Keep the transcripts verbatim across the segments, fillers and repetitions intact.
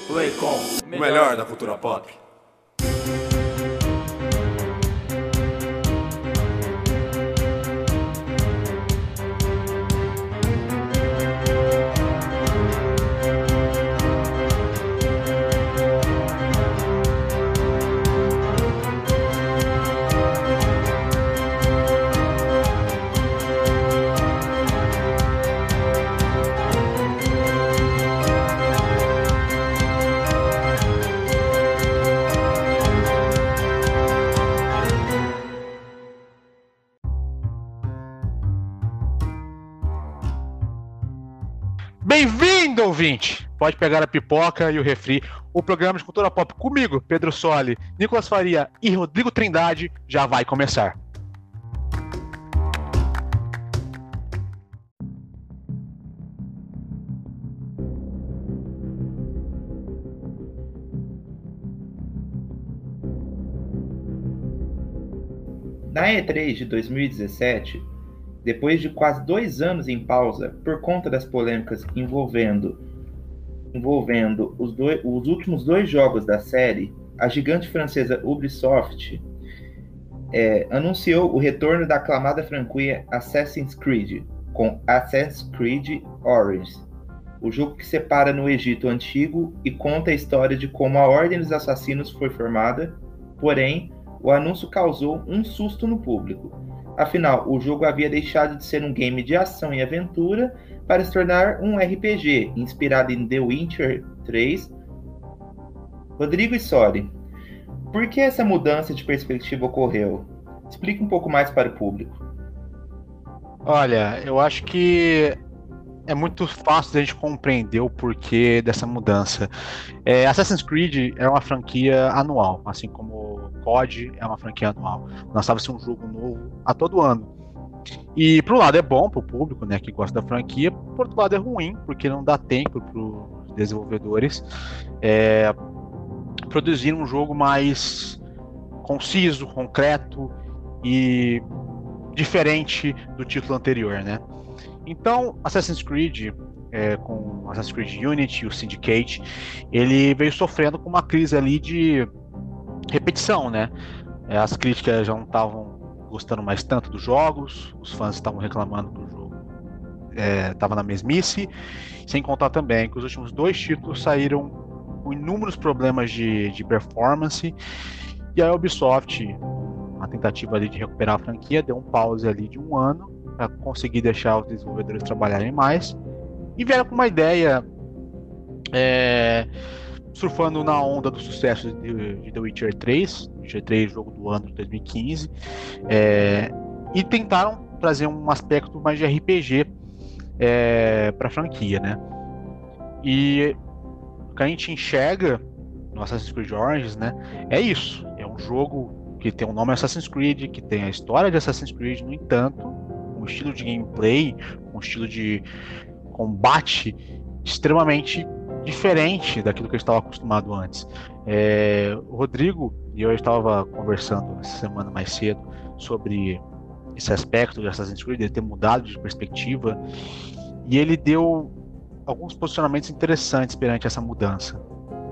Playcom, o melhor da cultura pop. Bem-vindo, ouvinte! Pode pegar a pipoca e o refri. O programa de cultura pop comigo, Pedro Soli, Nicolas Faria e Rodrigo Trindade já vai começar. Na E três de dois mil e dezessete, depois de quase dois anos em pausa por conta das polêmicas envolvendo, envolvendo os, dois, os últimos dois jogos da série, a gigante francesa Ubisoft é, anunciou o retorno da aclamada franquia Assassin's Creed, com Assassin's Creed Origins, o jogo que se para no Egito Antigo e conta a história de como a Ordem dos Assassinos foi formada, porém, o anúncio causou um susto no público. Afinal, o jogo havia deixado de ser um game de ação e aventura para se tornar um R P G, inspirado em The Witcher três. Rodrigo e Sori, por que essa mudança de perspectiva ocorreu? Explique um pouco mais para o público. Olha, eu acho que é muito fácil da gente compreender o porquê dessa mudança. É, Assassin's Creed é uma franquia anual, assim como C O D é uma franquia anual. Lançava-se um jogo novo a todo ano. E por um lado é bom para o público, né, que gosta da franquia, por outro lado é ruim, porque não dá tempo para os desenvolvedores é, produzir um jogo mais conciso, concreto e diferente do título anterior, né? Então, Assassin's Creed, é, com Assassin's Creed Unity e o Syndicate, ele veio sofrendo com uma crise ali de repetição, né? É, as críticas já não estavam gostando mais tanto dos jogos, os fãs estavam reclamando que o jogo estava é, na mesmice, sem contar também que os últimos dois títulos saíram com inúmeros problemas de, de performance, e a Ubisoft, uma tentativa ali de recuperar a franquia, deu um pause ali de um ano para conseguir deixar os desenvolvedores trabalharem mais, e vieram com uma ideia é, surfando na onda do sucesso de, de The Witcher três, Witcher três, jogo do ano de dois mil e quinze, é, e tentaram trazer um aspecto mais de R P G é, para a franquia, né? E o que a gente enxerga no Assassin's Creed Origins, né, é isso, é um jogo que tem o nome Assassin's Creed, que tem a história de Assassin's Creed, no entanto, um estilo de gameplay, um estilo de combate extremamente diferente daquilo que eu estava acostumado antes. É, o Rodrigo e eu estava conversando essa semana mais cedo sobre esse aspecto de Assassin's Creed, ele ter mudado de perspectiva, e ele deu alguns posicionamentos interessantes perante essa mudança.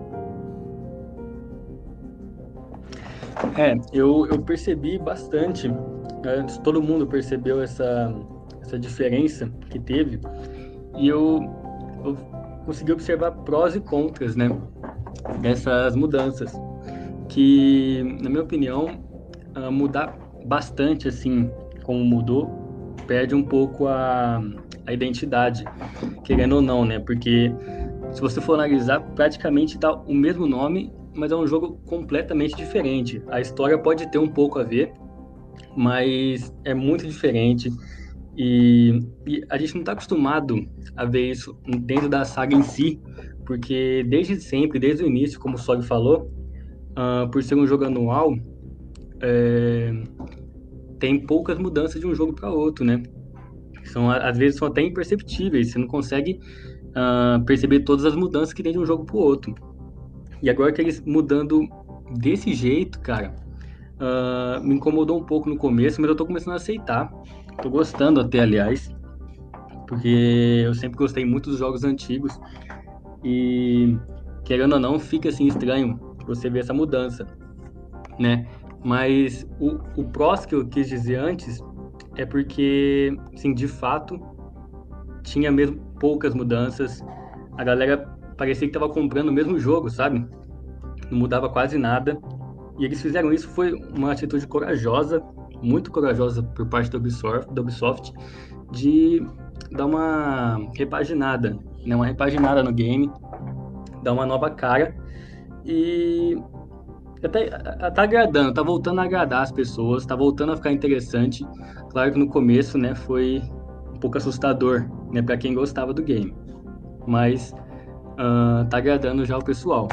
É, eu, eu percebi bastante, antes todo mundo percebeu essa, essa diferença que teve, e eu, eu consegui observar prós e contras, né, dessas mudanças, que, na minha opinião, mudar bastante, assim, como mudou, perde um pouco a, a identidade, querendo ou não, né, porque se você for analisar, praticamente dá o mesmo nome, mas é um jogo completamente diferente. A história pode ter um pouco a ver, mas é muito diferente. E, e a gente não está acostumado a ver isso dentro da saga em si, porque desde sempre, desde o início, como o Sog falou, uh, por ser um jogo anual, é, tem poucas mudanças de um jogo para outro, né? São, às vezes são até imperceptíveis, você não consegue uh, perceber todas as mudanças que tem de um jogo para o outro. E agora que eles mudando desse jeito, cara, uh, me incomodou um pouco no começo, mas eu tô começando a aceitar. Tô gostando até, aliás, porque eu sempre gostei muito dos jogos antigos. E querendo ou não, fica assim estranho você ver essa mudança, né? Mas o, o prós que eu quis dizer antes é porque, assim, de fato, tinha mesmo poucas mudanças. A galera parecia que estava comprando o mesmo jogo, sabe? Não mudava quase nada. E eles fizeram isso, foi uma atitude corajosa, muito corajosa por parte da Ubisoft, da Ubisoft de dar uma repaginada, né? Uma repaginada no game, dar uma nova cara. E até tá agradando, tá voltando a agradar as pessoas, tá voltando a ficar interessante. Claro que no começo, né, foi um pouco assustador, né, para quem gostava do game. Mas uh, tá agradando já o pessoal.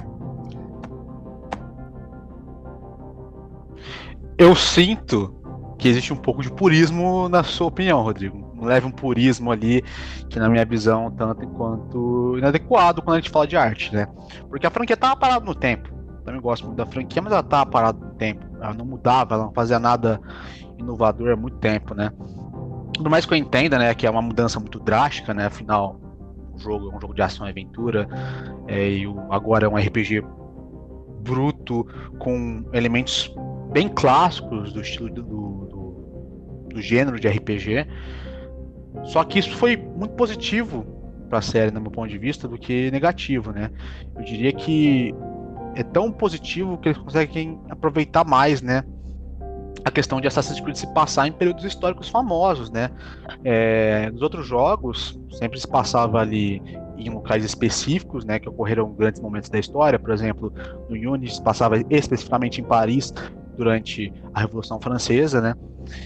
Eu sinto que existe um pouco de purismo na sua opinião, Rodrigo. Não leve um purismo ali que, na minha visão, tanto quanto inadequado quando a gente fala de arte, né? Porque a franquia tava parada no tempo. Eu também gosto muito da franquia, mas ela tava parada no tempo. Ela não mudava, ela não fazia nada inovador há muito tempo, né? Por mais que eu entenda, né, que é uma mudança muito drástica, né? Afinal, o jogo é um jogo de ação e aventura, é, e o, agora é um R P G bruto com elementos bem clássicos do estilo do, do, do gênero de R P G. Só que isso foi muito positivo para a série, no meu ponto de vista, do que negativo, né? Eu diria que é tão positivo que eles conseguem aproveitar mais, né, a questão de Assassin's Creed se passar em períodos históricos famosos, né? É, nos outros jogos sempre se passava ali em locais específicos, né, que ocorreram grandes momentos da história. Por exemplo, no Unity se passava especificamente em Paris durante a Revolução Francesa, né?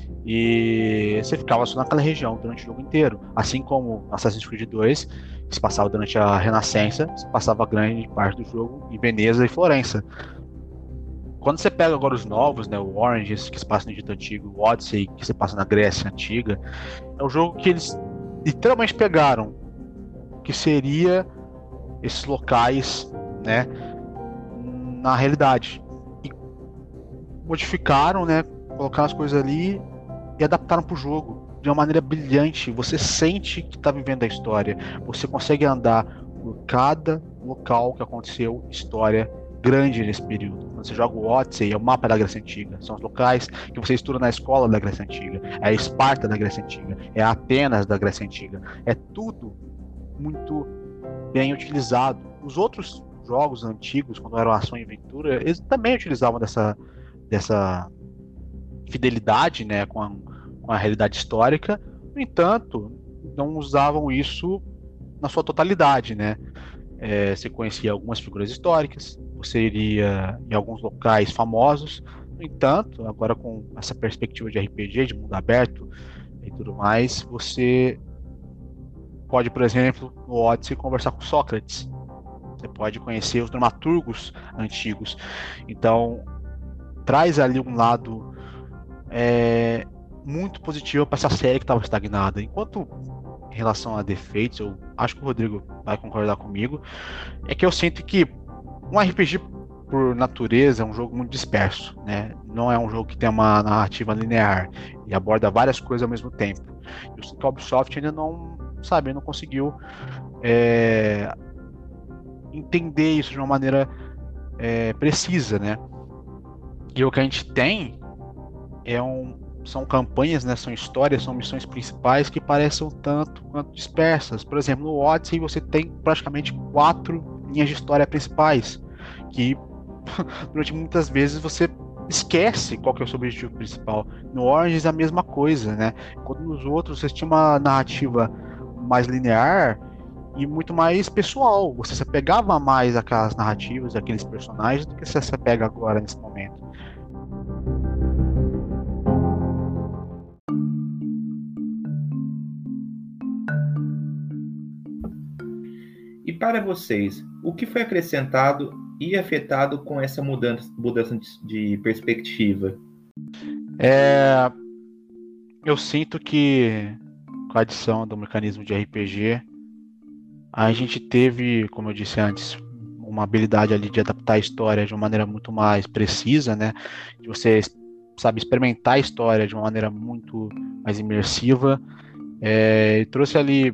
E você ficava só naquela região durante o jogo inteiro. Assim como Assassin's Creed dois, que se passava durante a Renascença, se passava grande parte do jogo em Veneza e Florença. Quando você pega agora os novos, né, o Orange, que se passa no Egito Antigo, o Odyssey, que se passa na Grécia Antiga, é um jogo que eles literalmente pegaram que seria esses locais, né, na realidade, e modificaram, né, colocaram as coisas ali e adaptaram para o jogo de uma maneira brilhante. Você sente que está vivendo a história, você consegue andar por cada local que aconteceu história grande nesse período. Quando você joga o Odyssey, é o mapa da Grécia Antiga, são os locais que você estuda na escola da Grécia Antiga, é a Esparta da Grécia Antiga, é a Atenas da Grécia Antiga, é tudo muito bem utilizado. Os outros jogos antigos, quando eram ação e aventura, eles também utilizavam dessa, dessa fidelidade, né, com a, com a realidade histórica. No entanto, não usavam isso na sua totalidade, né? É, você conhecia algumas figuras históricas, você iria em alguns locais famosos. No entanto, agora com essa perspectiva de R P G, de mundo aberto e tudo mais, você pode, por exemplo, no Odyssey, conversar com Sócrates. Você pode conhecer os dramaturgos antigos. Então, traz ali um lado é, muito positivo para essa série que estava estagnada. Enquanto em relação a defeitos, eu acho que o Rodrigo vai concordar comigo, é que eu sinto que um R P G, por natureza, é um jogo muito disperso, né? Não é um jogo que tem uma narrativa linear e aborda várias coisas ao mesmo tempo. Eu sinto que a Ubisoft ainda não, sabe, não conseguiu é, entender isso de uma maneira é, precisa, né? E o que a gente tem é um, são campanhas, né? São histórias, são missões principais que parecem um tanto quanto dispersas. Por exemplo, no Odyssey você tem praticamente quatro linhas de história principais que durante muitas vezes você esquece qual que é o seu objetivo principal. No Orange é a mesma coisa, né? Quando nos outros você tinha uma narrativa mais linear e muito mais pessoal. Você se apegava mais àquelas narrativas, àqueles personagens, do que você se apega agora nesse momento. E para vocês, o que foi acrescentado e afetado com essa mudança, mudança de perspectiva? É, eu sinto que com a adição do mecanismo de R P G, a gente teve, como eu disse antes, uma habilidade ali de adaptar a história de uma maneira muito mais precisa, né? De você, sabe, experimentar a história de uma maneira muito mais imersiva. É, e trouxe ali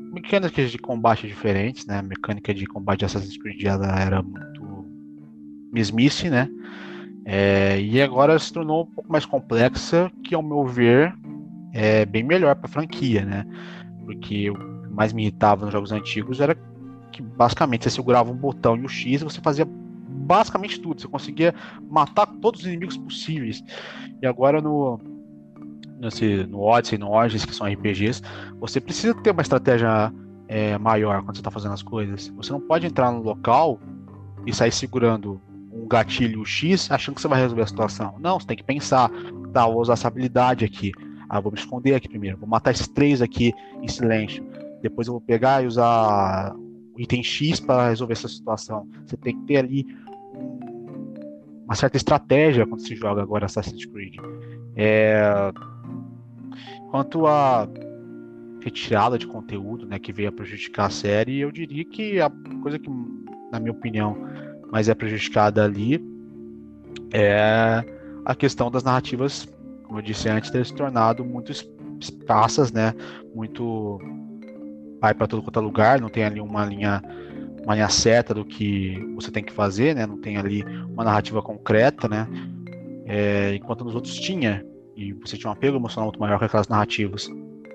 mecânicas de combate diferentes, né? A mecânica de combate de Assassin's Creed ela era muito mesmice, né? É, e agora se tornou um pouco mais complexa, que ao meu ver é bem melhor para a franquia, né? Porque o que mais me irritava nos jogos antigos era que basicamente você segurava um botão e o X e você fazia basicamente tudo, você conseguia matar todos os inimigos possíveis. E agora no nesse, no Odyssey, no Origins, que são R P Gs, você precisa ter uma estratégia é, maior quando você está fazendo as coisas. Você não pode entrar no local e sair segurando um gatilho X achando que você vai resolver a situação. Não, você tem que pensar, tá, vou usar essa habilidade aqui, ah, vou me esconder aqui primeiro, vou matar esses três aqui em silêncio, depois eu vou pegar e usar o item X para resolver essa situação. Você tem que ter ali uma certa estratégia quando se joga agora Assassin's Creed. É... Quanto a retirada de conteúdo, né, que veio a prejudicar a série, eu diria que a coisa que, na minha opinião, mais é prejudicada ali é a questão das narrativas, como eu disse antes, ter se tornado muito esparsas, né, muito vai para todo quanto é lugar, não tem ali uma linha uma linha certa do que você tem que fazer, né, não tem ali uma narrativa concreta, né, é, enquanto nos outros tinha, e você tinha um apelo emocional muito maior com aquelas narrativas.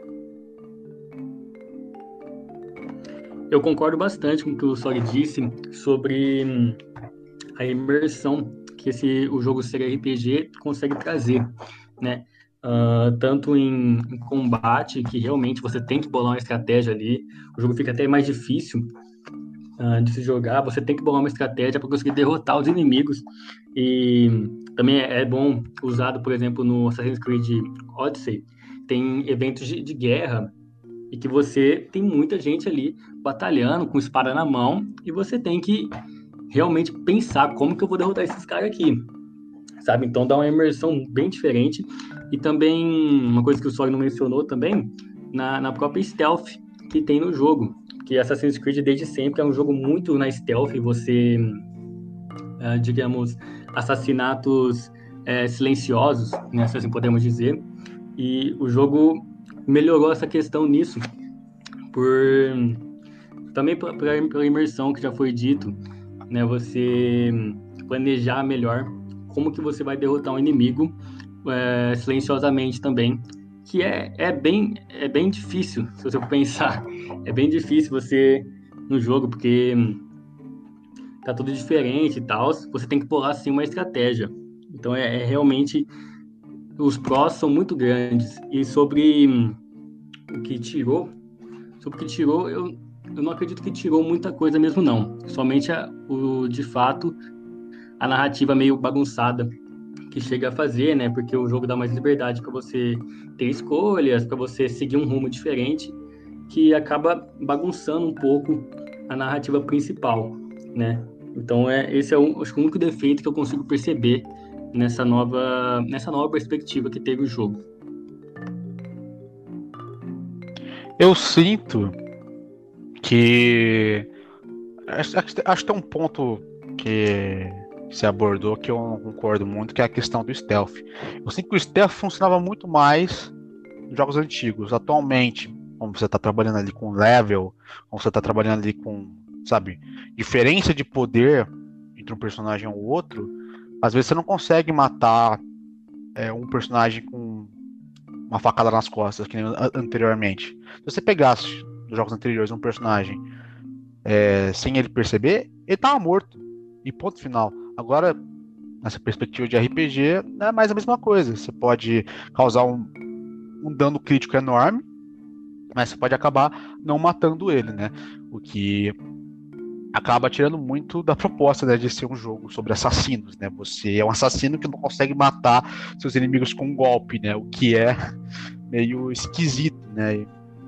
Eu concordo bastante com o que o Sori disse sobre a imersão que esse, o jogo ser R P G consegue trazer, né? Uh, tanto em, em combate, que realmente você tem que bolar uma estratégia ali, o jogo fica até mais difícil uh, de se jogar, você tem que bolar uma estratégia para conseguir derrotar os inimigos, e também é bom, usado, por exemplo, no Assassin's Creed Odyssey, tem eventos de, de guerra, e que você tem muita gente ali batalhando com espada na mão e você tem que realmente pensar como que eu vou derrotar esses caras aqui, sabe? Então dá uma imersão bem diferente. E também, uma coisa que o Sori não mencionou também, na, na própria stealth que tem no jogo, que Assassin's Creed desde sempre é um jogo muito na stealth, você, uh, digamos, assassinatos uh, silenciosos, né, se assim podemos dizer, e o jogo melhorou essa questão nisso, por também pela imersão que já foi dito, né? Você planejar melhor como que você vai derrotar um inimigo é, silenciosamente também, que é, é, bem, é bem difícil, se você pensar, é bem difícil você no jogo, porque tá tudo diferente e tal, você tem que pular assim uma estratégia, então é, é realmente... Os prós são muito grandes. E sobre hum, o que tirou, sobre o que tirou, eu, eu não acredito que tirou muita coisa mesmo, não. Somente a, o, de fato, a narrativa meio bagunçada que chega a fazer, né? Porque o jogo dá mais liberdade para você ter escolhas, para você seguir um rumo diferente, que acaba bagunçando um pouco a narrativa principal, né? Então, é, esse é o, acho que o único defeito que eu consigo perceber nessa nova, nessa nova perspectiva que teve o jogo. Eu sinto que acho, acho que tem um ponto que se abordou que eu não concordo muito, que é a questão do stealth. Eu sinto que o stealth funcionava muito mais nos jogos antigos. Atualmente, como você está trabalhando ali com level, como você está trabalhando ali com, sabe, diferença de poder entre um personagem ou outro, às vezes você não consegue matar é, um personagem com uma facada nas costas, que nem anteriormente. Se você pegasse nos jogos anteriores um personagem é, sem ele perceber, ele tava morto. E ponto final. Agora, nessa perspectiva de R P G, não é mais a mesma coisa. Você pode causar um, um dano crítico enorme, mas você pode acabar não matando ele, né? O que acaba tirando muito da proposta, né, de ser um jogo sobre assassinos, né? Você é um assassino que não consegue matar seus inimigos com um golpe, né? O que é meio esquisito, né?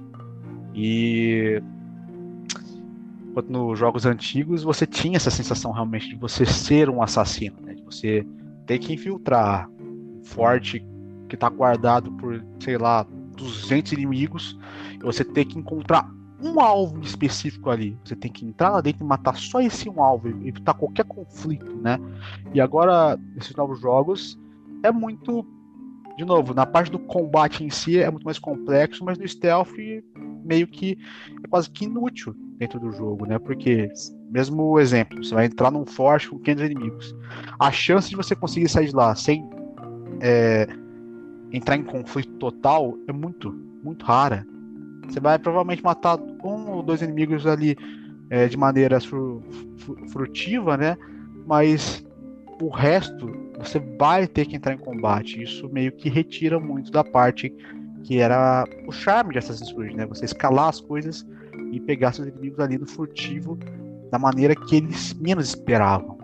E enquanto nos jogos antigos você tinha essa sensação realmente de você ser um assassino, né? De você ter que infiltrar um forte que está guardado por, sei lá, duzentos inimigos, e você ter que encontrar um alvo específico ali. Você tem que entrar lá dentro e matar só esse um alvo, evitar qualquer conflito, né? E agora, nesses novos jogos, é muito... De novo, na parte do combate em si é muito mais complexo, mas no stealth meio que é quase que inútil dentro do jogo, né? Porque, mesmo exemplo, você vai entrar num forte com quinhentos inimigos. A chance de você conseguir sair de lá sem é, entrar em conflito total é muito, muito rara. Você vai provavelmente matar um ou dois inimigos ali é, de maneira fru, fru, frutiva, né? Mas o resto você vai ter que entrar em combate. Isso meio que retira muito da parte que era o charme de Assassin's Creed, né? Você escalar as coisas e pegar seus inimigos ali no furtivo da maneira que eles menos esperavam.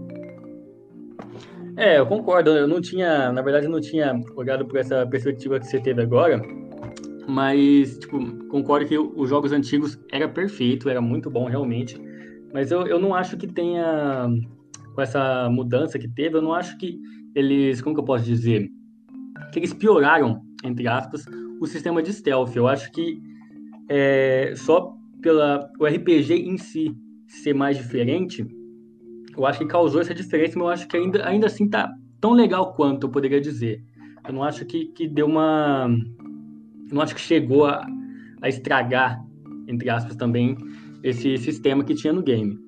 É, eu concordo. Eu não tinha, na verdade, eu não tinha olhado por essa perspectiva que você teve agora, mas, tipo, concordo que os jogos antigos era perfeito, era muito bom realmente, mas eu, eu não acho que tenha, com essa mudança que teve, eu não acho que eles, como que eu posso dizer, que eles pioraram, entre aspas, o sistema de stealth. Eu acho que é, só pela o R P G em si ser mais diferente, eu acho que causou essa diferença, mas eu acho que ainda, ainda assim tá tão legal quanto eu poderia dizer. Eu não acho que, que deu uma... não acho que chegou a, a estragar, entre aspas, também esse sistema que tinha no game.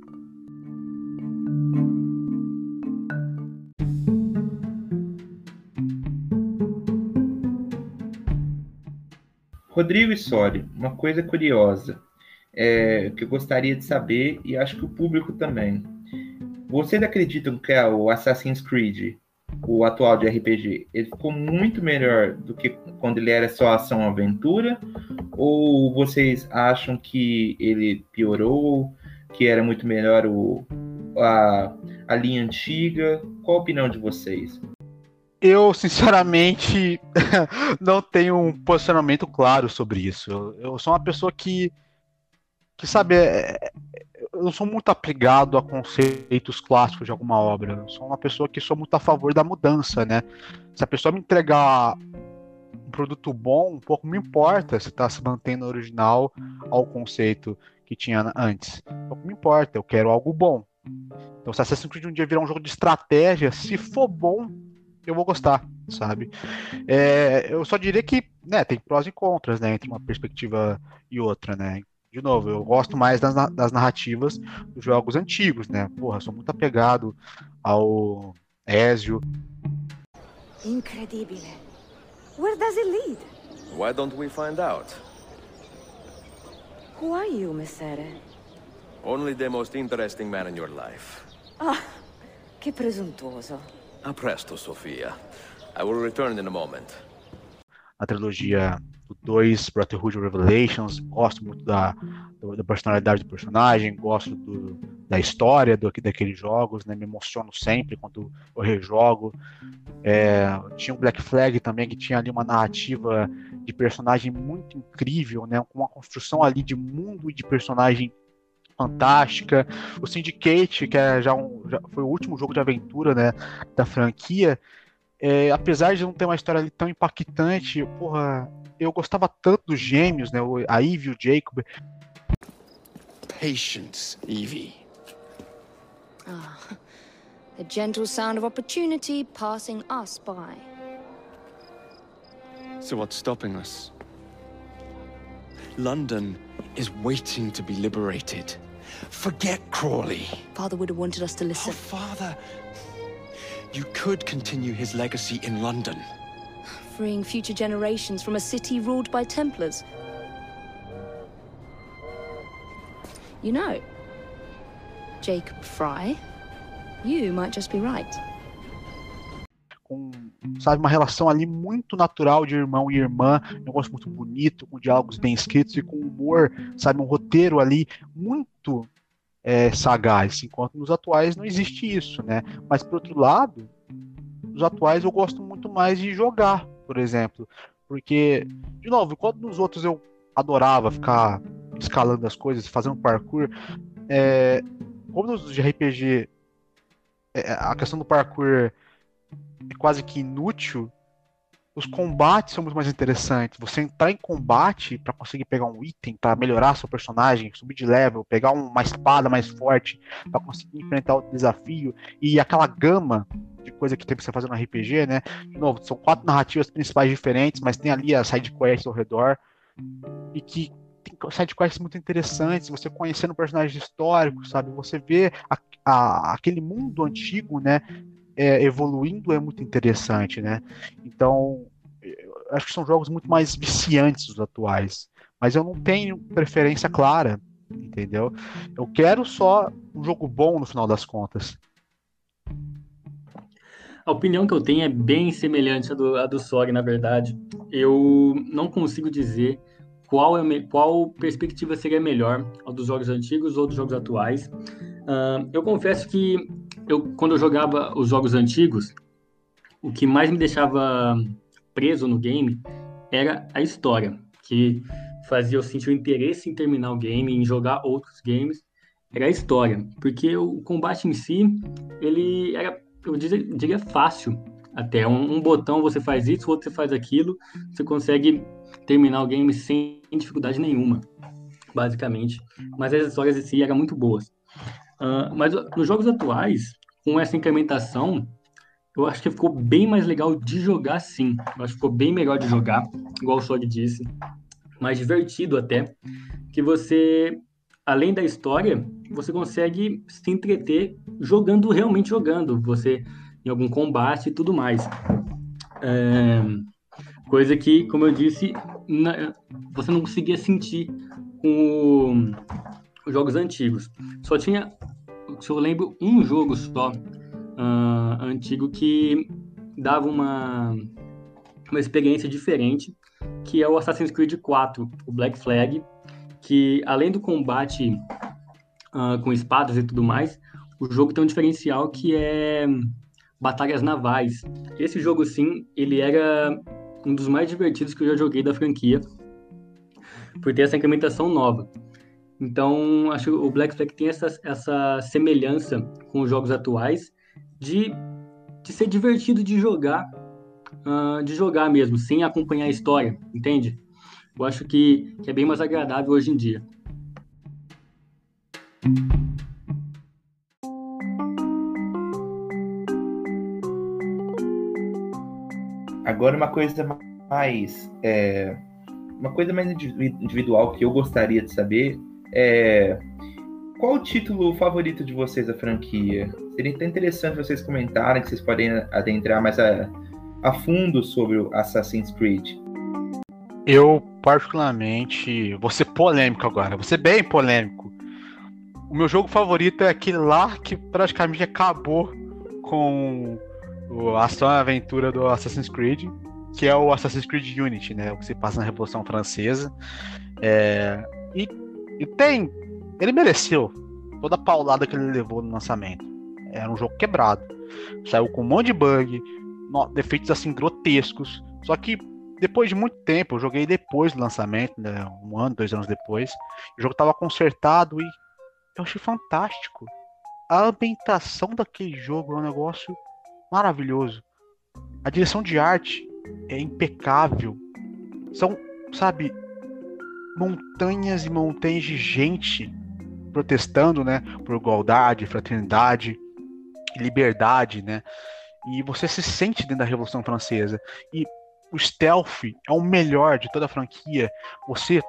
Rodrigo e Sório, uma coisa curiosa é, que eu gostaria de saber, e acho que o público também. Vocês acreditam que é o Assassin's Creed, o atual de R P G, ele ficou muito melhor do que quando ele era só ação-aventura? Ou vocês acham que ele piorou, que era muito melhor o, a, a linha antiga? Qual a opinião de vocês? Eu, sinceramente, não tenho um posicionamento claro sobre isso. Eu, eu sou uma pessoa que, que sabe, é, eu não sou muito apegado a conceitos clássicos de alguma obra. Eu sou uma pessoa que sou muito a favor da mudança, né? Se a pessoa me entregar um produto bom, um pouco me importa se está se mantendo original ao conceito que tinha antes. Pouco me importa, eu quero algo bom. Então, se Assassin's Creed um dia virar um jogo de estratégia, se for bom, eu vou gostar, sabe? É, eu só diria que, né, tem prós e contras, né, entre uma perspectiva e outra, né? De novo, eu gosto mais das, das narrativas dos jogos antigos, né? Porra, sou muito apegado ao Ezio. Incredibile. Where does it lead? Why don't we find out? Who are you, Messere? Only the most interesting man in your life. Ah, che presuntuoso. A presto, Sofia. I will return in a moment. A trilogia do dois, Brotherhood Revelations, gosto muito da, da personalidade do personagem, gosto do, da história do, daqueles jogos, né? Me emociono sempre quando eu rejogo. É, tinha o Black Flag também, que tinha ali uma narrativa de personagem muito incrível, né? Com uma construção ali de mundo e de personagem fantástica. O Syndicate, que é já, um, já foi o último jogo de aventura, né, da franquia, é, apesar de não ter uma história ali tão impactante, porra, eu gostava tanto dos gêmeos, né, a Eve e o Jacob. Patience, Evie. Ah, the gentle sound of opportunity passing us by. So what's stopping us? London is waiting to be liberated. Forget Crawley. Father would have wanted us to Oh, listen. Father, you could continue his legacy in London. Freeing future generations from a city ruled by Templars. You know, Jacob Frye, you might just be right. Com, sabe, uma relação ali muito natural de irmão e irmã, um negócio muito bonito, com diálogos bem escritos e com humor, sabe, um roteiro ali muito é, sagaz, enquanto nos atuais não existe isso, né? Mas, por outro lado, nos atuais eu gosto muito mais de jogar, por exemplo, porque, de novo, enquanto nos outros eu adorava ficar escalando as coisas, fazendo parkour, é, como nos de R P G, é, a questão do parkour é quase que inútil, os combates são muito mais interessantes. Você entrar em combate para conseguir pegar um item, para melhorar seu personagem, subir de level, pegar uma espada mais forte para conseguir enfrentar o desafio, e aquela gama de coisa que tem pra você fazer no R P G, né? De novo, são quatro narrativas principais diferentes, mas tem ali as side quests ao redor, e que tem sidequests muito interessantes, você conhecendo personagens históricos, sabe? Você vê a, a, aquele mundo antigo, né? É, evoluindo é muito interessante, né? Então, eu acho que são jogos muito mais viciantes os atuais. Mas eu não tenho preferência clara, entendeu? Eu quero só um jogo bom no final das contas. A opinião que eu tenho é bem semelhante à do, à do Sog, na verdade. Eu não consigo dizer qual, é, me- qual perspectiva seria melhor, a dos jogos antigos ou dos jogos atuais. Ah, eu confesso que eu, quando eu jogava os jogos antigos, o que mais me deixava preso no game era a história, que fazia eu sentir o interesse em terminar o game, em jogar outros games, era a história, porque o combate em si, ele era, eu diria, diria fácil, até um, um botão você faz isso, outro você faz aquilo, você consegue terminar o game sem dificuldade nenhuma, basicamente, mas as histórias em si eram muito boas. Ah, mas nos jogos atuais, com essa incrementação, eu acho que ficou bem mais legal de jogar, sim. Eu acho que ficou bem melhor de jogar, igual o Sog disse. Mais divertido até. Que você, além da história, você consegue se entreter jogando, realmente jogando. Você, em algum combate e tudo mais. É, coisa que, como eu disse, na- você não conseguia sentir com o- os jogos antigos. Só tinha, se eu lembro, um jogo só ah, antigo que dava uma, uma experiência diferente, que é o Assassin's Creed quatro, o Black Flag, que além do combate ah, com espadas e tudo mais, o jogo tem um diferencial que é batalhas navais. Esse jogo, sim, ele era um dos mais divertidos que eu já joguei da franquia, por ter essa incrementação nova. Então, acho que o Black Flag tem essa, essa semelhança com os jogos atuais de, de ser divertido de jogar, ah, de jogar mesmo, sem acompanhar a história, entende? Eu acho que, que é bem mais agradável hoje em dia. Agora uma coisa mais é, uma coisa mais indivi- individual que eu gostaria de saber é qual o título favorito de vocês da franquia? Seria até interessante vocês comentarem, que vocês podem adentrar mais a, a fundo sobre o Assassin's Creed. Eu, particularmente, vou ser polêmico agora, vou ser bem polêmico. O meu jogo favorito é aquele lá que praticamente acabou com o- a ação e a aventura do Assassin's Creed, que é o Assassin's Creed Unity, né? O que se passa na Revolução Francesa. É, e, e tem. Ele mereceu toda a paulada que ele levou no lançamento. Era um jogo quebrado. Saiu com um monte de bug, no- defeitos assim grotescos. Só que depois de muito tempo, eu joguei depois do lançamento, né? Um ano, dois anos depois. O jogo estava consertado e eu achei fantástico. A ambientação daquele jogo é um negócio maravilhoso. A direção de arte é impecável. São, sabe, montanhas e montanhas de gente protestando, né, por igualdade, fraternidade e liberdade, né? E você se sente dentro da Revolução Francesa. E o stealth é o melhor de toda a franquia. Você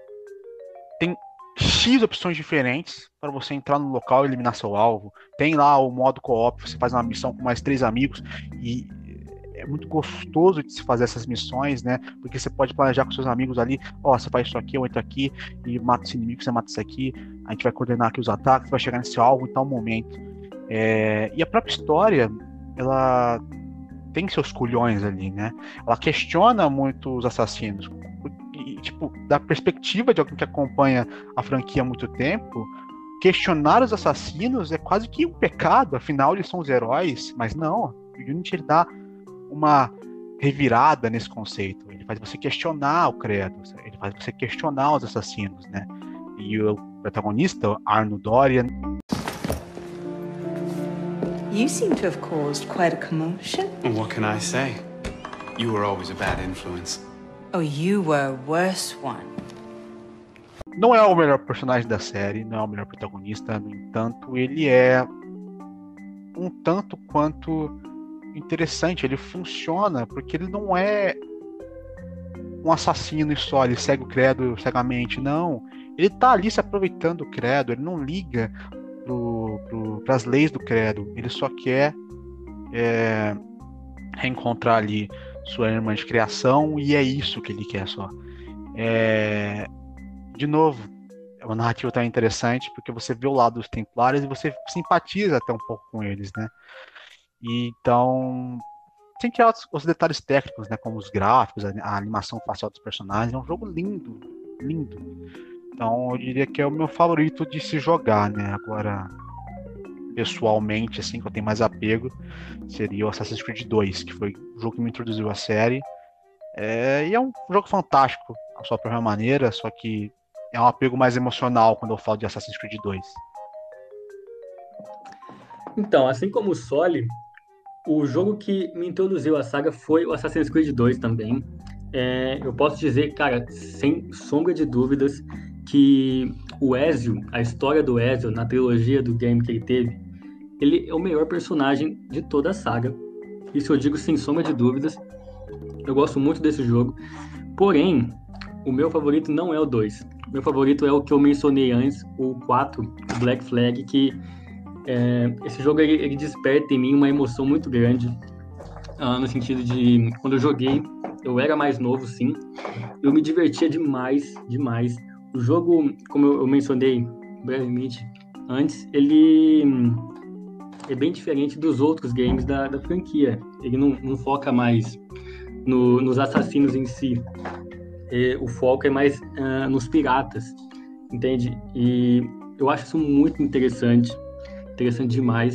tem X opções diferentes para você entrar no local e eliminar seu alvo. Tem lá o modo co-op, você faz uma missão com mais três amigos e é muito gostoso de se fazer essas missões, né? Porque você pode planejar com seus amigos ali, ó, oh, você faz isso aqui, eu entro aqui e mata esse inimigo, você mata isso aqui, a gente vai coordenar aqui os ataques, vai chegar nesse alvo em tal momento. É... E a própria história, ela tem seus culhões ali, né? Ela questiona muito os assassinos. E, tipo, da perspectiva de alguém que acompanha a franquia há muito tempo, questionar os assassinos é quase que um pecado, afinal eles são os heróis, mas não, o Unity ele dá uma revirada nesse conceito, ele faz você questionar o credo, ele faz você questionar os assassinos, né? E o protagonista, Arno Dorian, You seem to have caused quite a commotion. What can I say? You were always a bad influence. Oh, you were a worse one. não é o melhor personagem da série, não é o melhor protagonista, no entanto, ele é um tanto quanto interessante, ele funciona, porque ele não é um assassino e só, ele segue o credo cegamente. Não, ele tá ali se aproveitando do credo, ele não liga para as leis do credo, ele só quer é, reencontrar ali sua irmã de criação, e é isso que ele quer só. É, de novo, é uma narrativa tão interessante, porque você vê o lado dos Templários e você simpatiza até um pouco com eles, né? E, então, sem tirar os, os detalhes técnicos, né, como os gráficos, a, a animação facial dos personagens, é um jogo lindo, lindo. Então, eu diria que é o meu favorito de se jogar, né? Agora, pessoalmente, assim, que eu tenho mais apego, seria o Assassin's Creed dois, que foi o jogo que me introduziu à série. É, e é um jogo fantástico, a sua própria maneira, só que é um apego mais emocional quando eu falo de Assassin's Creed dois. Então, assim como o Soli, o jogo que me introduziu à saga foi o Assassin's Creed dois também. É, eu posso dizer, cara, sem sombra de dúvidas, que o Ezio, a história do Ezio na trilogia do game que ele teve, ele é o melhor personagem de toda a saga. Isso eu digo sem sombra de dúvidas. Eu gosto muito desse jogo. Porém, o meu favorito não é o dois. O meu favorito é o que eu mencionei antes, o quatro, o Black Flag, que é, esse jogo ele, ele desperta em mim uma emoção muito grande, uh, no sentido de, quando eu joguei, eu era mais novo, sim, eu me divertia demais, demais. O jogo, como eu, eu mencionei brevemente antes, ele é bem diferente dos outros games da, da franquia. Ele não, não foca mais no, nos assassinos em si. E o foco é mais uh, nos piratas, entende? E eu acho isso muito interessante, interessante demais,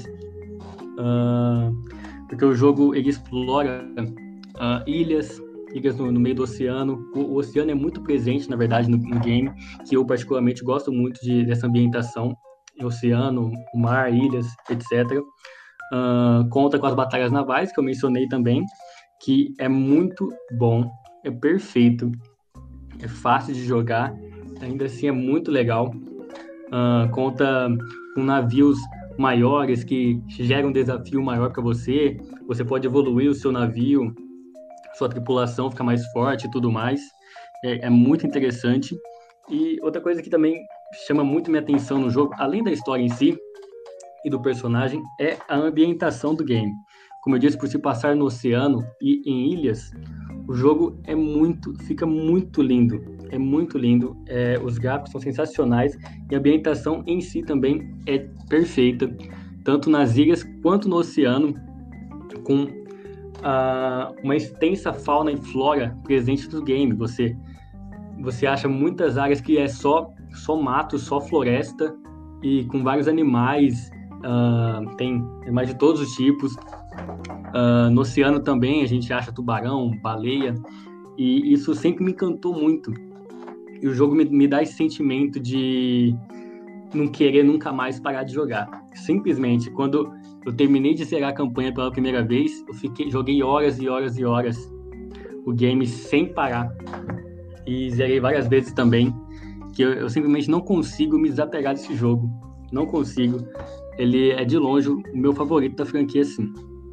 uh, porque o jogo ele explora uh, ilhas, ilhas no, no meio do oceano. O, o oceano é muito presente, na verdade, no, no game, que eu particularmente gosto muito de, dessa ambientação, oceano, o mar, ilhas, etcétera. Uh, conta com as batalhas navais, que eu mencionei também, que é muito bom, é perfeito. É fácil de jogar, ainda assim é muito legal. Uh, conta com navios maiores que geram um desafio maior para você. Você pode evoluir o seu navio, sua tripulação fica mais forte e tudo mais. É, é muito interessante. E outra coisa que também chama muito minha atenção no jogo, além da história em si e do personagem, é a ambientação do game. Como eu disse, por se passar no oceano e em ilhas, o jogo é muito, fica muito lindo, é muito lindo, é, os gráficos são sensacionais e a ambientação em si também é perfeita, tanto nas ilhas quanto no oceano, com uh, uma extensa fauna e flora presente no game. Você, você acha muitas áreas que é só, só mato, só floresta, e com vários animais, uh, tem animais de todos os tipos. Uh, no oceano também a gente acha tubarão, baleia, e isso sempre me encantou muito. E o jogo me, me dá esse sentimento de não querer nunca mais parar de jogar. Simplesmente, quando eu terminei de zerar a campanha pela primeira vez, eu fiquei, joguei horas e horas e horas o game sem parar. E zerei várias vezes também, que eu, eu simplesmente não consigo me desapegar desse jogo. Não consigo. Ele é de longe o meu favorito da franquia, sim.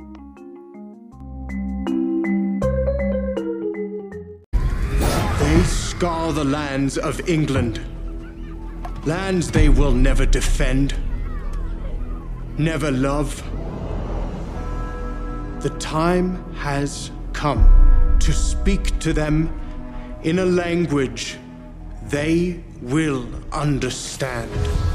They scour the lands of England. Lands they will never defend, never love. The time has come to speak to them in a language they will understand.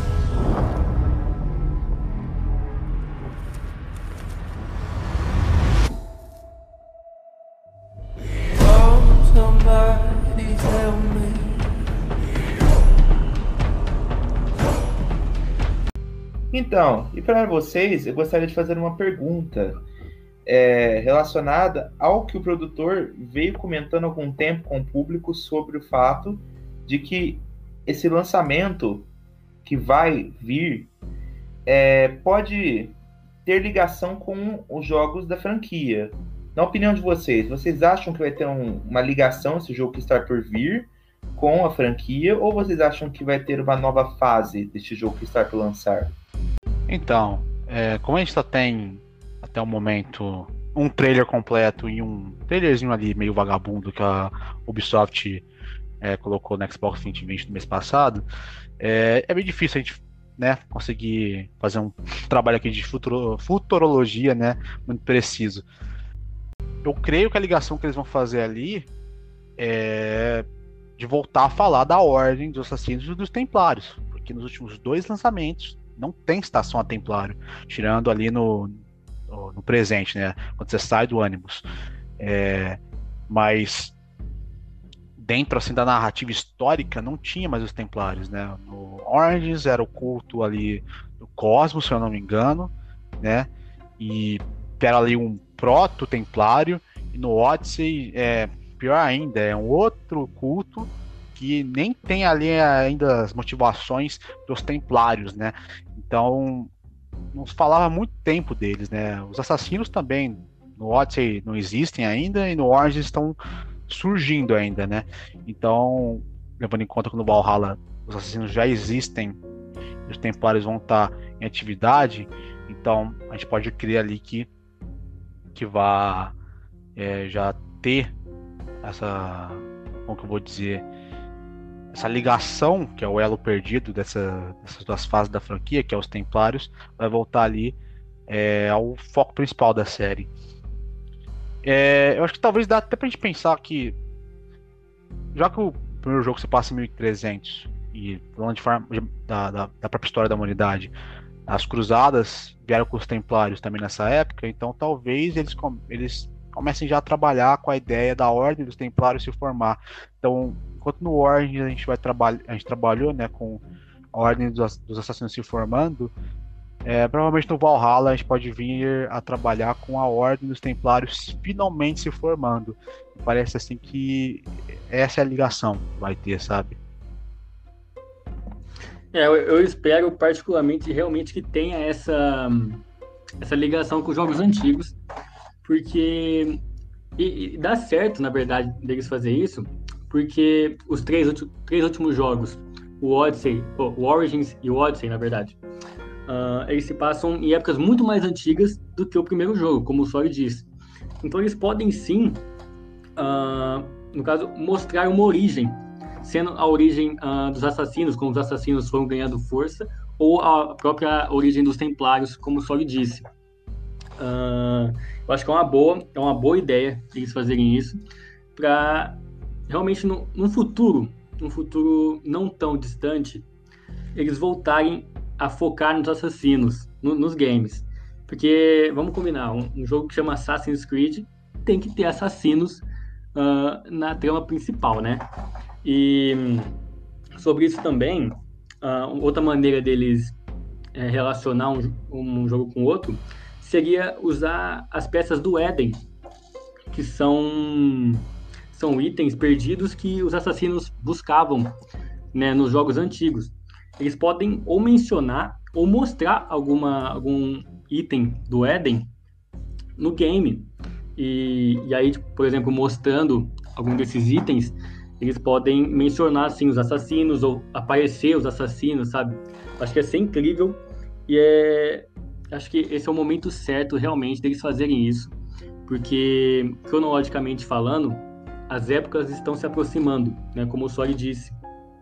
Então, e para vocês, eu gostaria de fazer uma pergunta é, relacionada ao que o produtor veio comentando há algum tempo com o público sobre o fato de que esse lançamento que vai vir é, pode ter ligação com os jogos da franquia. Na opinião de vocês, vocês acham que vai ter um, uma ligação esse jogo que está por vir com a franquia, ou vocês acham que vai ter uma nova fase deste jogo que está por lançar? Então, é, como a gente só tem até o momento um trailer completo e um trailerzinho ali meio vagabundo que a Ubisoft é, colocou no Xbox vinte vinte no mês passado, é, é bem difícil a gente, né, conseguir fazer um trabalho aqui de futuro, futurologia, né, muito preciso. Eu creio que a ligação que eles vão fazer ali é de voltar a falar da Ordem dos Assassinos e dos Templários, porque nos últimos dois lançamentos não tem citação a Templário, tirando ali no, no, no presente, né, quando você sai do Animus. É, mas dentro assim da narrativa histórica não tinha mais os Templários, né? No Origins era o culto ali do Cosmos, se eu não me engano, né? E era ali um proto-templário, e no Odyssey é pior ainda, é um outro culto que nem tem ali ainda as motivações dos templários, né? Então não se falava há muito tempo deles, né? Os assassinos também no Odyssey não existem ainda, e no Origins estão surgindo ainda, né? Então, levando em conta que no Valhalla os assassinos já existem e os templários vão estar em atividade, então a gente pode crer ali que que vá é, já ter essa, como que eu vou dizer, essa ligação, que é o elo perdido dessa, dessas duas fases da franquia, que é os Templários, vai voltar ali é, ao foco principal da série. É, eu acho que talvez dá até pra gente pensar que, já que o primeiro jogo se passa em mil e trezentos e falando de forma de, da, da, da própria história da humanidade, as cruzadas vieram com os Templários também nessa época, então talvez eles, eles comecem já a trabalhar com a ideia da Ordem dos Templários se formar. Então, enquanto no Origins a gente vai trabalhar, a gente trabalhou, né, com a Ordem dos, dos Assassinos se formando, é, provavelmente no Valhalla a gente pode vir a trabalhar com a Ordem dos Templários finalmente se formando. Parece assim que essa é a ligação que vai ter, sabe? É, eu, eu espero particularmente realmente que tenha essa, essa ligação com os jogos antigos, porque e, e dá certo, na verdade, deles fazer isso, porque os três, três últimos jogos, o Odyssey, o Origins e o Odyssey, na verdade, uh, eles se passam em épocas muito mais antigas do que o primeiro jogo, como o Sori disse. Então eles podem sim, uh, no caso, mostrar uma origem, sendo a origem uh, dos assassinos, como os assassinos foram ganhando força, ou a própria origem dos Templários, como o Sori disse. Uh, eu acho que é uma boa, é uma boa ideia eles fazerem isso, para realmente no, no futuro, num futuro não tão distante, eles voltarem a focar nos assassinos, no, nos games. Porque, vamos combinar, um, um jogo que chama Assassin's Creed tem que ter assassinos uh, na trama principal, né? E sobre isso também, uh, outra maneira deles é, relacionar um, um jogo com o outro seria usar as peças do Éden, que são, são itens perdidos que os assassinos buscavam, né, nos jogos antigos. Eles podem ou mencionar ou mostrar alguma, algum item do Éden no game. E, e aí, por exemplo, mostrando algum desses itens, eles podem mencionar assim, os assassinos ou aparecer os assassinos, sabe? Acho que ia ser incrível e é... acho que esse é o momento certo realmente deles fazerem isso, porque cronologicamente falando, as épocas estão se aproximando, né? Como o Sori disse,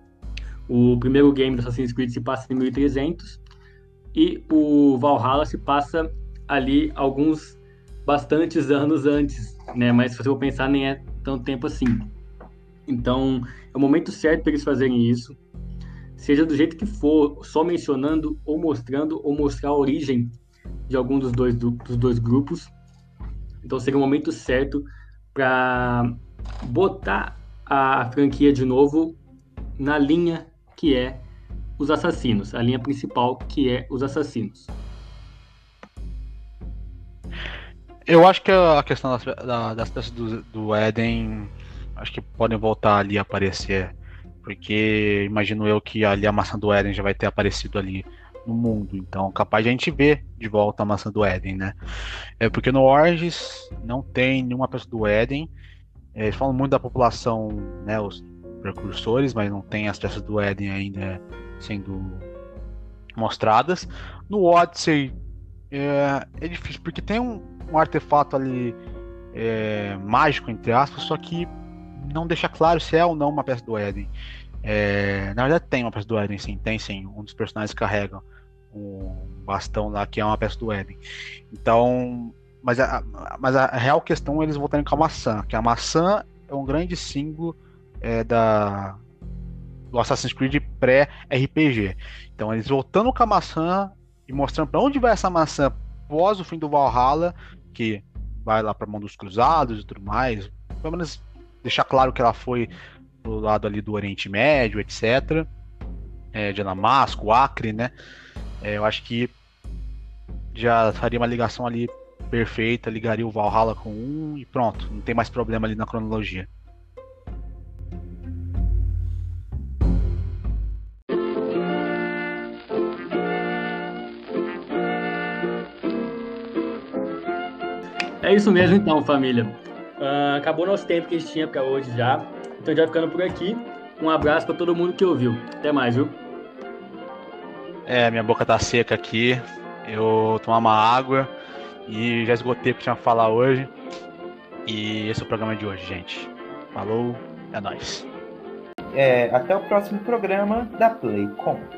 o primeiro game do Assassin's Creed se passa em mil e trezentos e o Valhalla se passa ali alguns bastantes anos antes, né? Mas se você for pensar, nem é tanto tempo assim. Então, é o momento certo para eles fazerem isso, seja do jeito que for, só mencionando ou mostrando, ou mostrar a origem de algum dos dois, do, dos dois grupos. Então, seria o momento certo para botar a franquia de novo na linha que é os assassinos, a linha principal que é os assassinos. Eu acho que a questão das, das peças do, do Éden, acho que podem voltar ali a aparecer, porque imagino eu que ali a maçã do Éden já vai ter aparecido ali no mundo, então capaz de a gente ver de volta a maçã do Éden, né? É porque no Origins não tem nenhuma peça do Éden, eles falam muito da população, né, os precursores, mas não tem as peças do Éden ainda sendo mostradas. No Odyssey é, é difícil, porque tem um um artefato ali é, mágico, entre aspas, só que não deixa claro se é ou não uma peça do Éden. É, na verdade tem uma peça do Éden, sim, tem sim. Um dos personagens carrega um bastão lá que é uma peça do Éden. Então, mas a, mas a real questão é eles voltarem com a maçã, que a maçã é um grande símbolo é, da, do Assassin's Creed pré-R P G. Então eles voltando com a maçã e mostrando para onde vai essa maçã após o fim do Valhalla, que vai lá para a mão dos cruzados e tudo mais, pelo menos deixar claro que ela foi do lado ali do Oriente Médio, etcétera. É, de Damasco, Acre, né? É, eu acho que já faria uma ligação ali perfeita, ligaria o Valhalla com um e pronto, não tem mais problema ali na cronologia. É isso mesmo então, família. Uh, acabou nosso tempo que a gente tinha para hoje já. Então já ficando por aqui. Um abraço para todo mundo que ouviu. Até mais, viu? É, minha boca tá seca aqui. Eu vou tomar uma água e já esgotei o que tinha pra falar hoje. E esse é o programa de hoje, gente. Falou, é nóis. É, até o próximo programa da Playcom.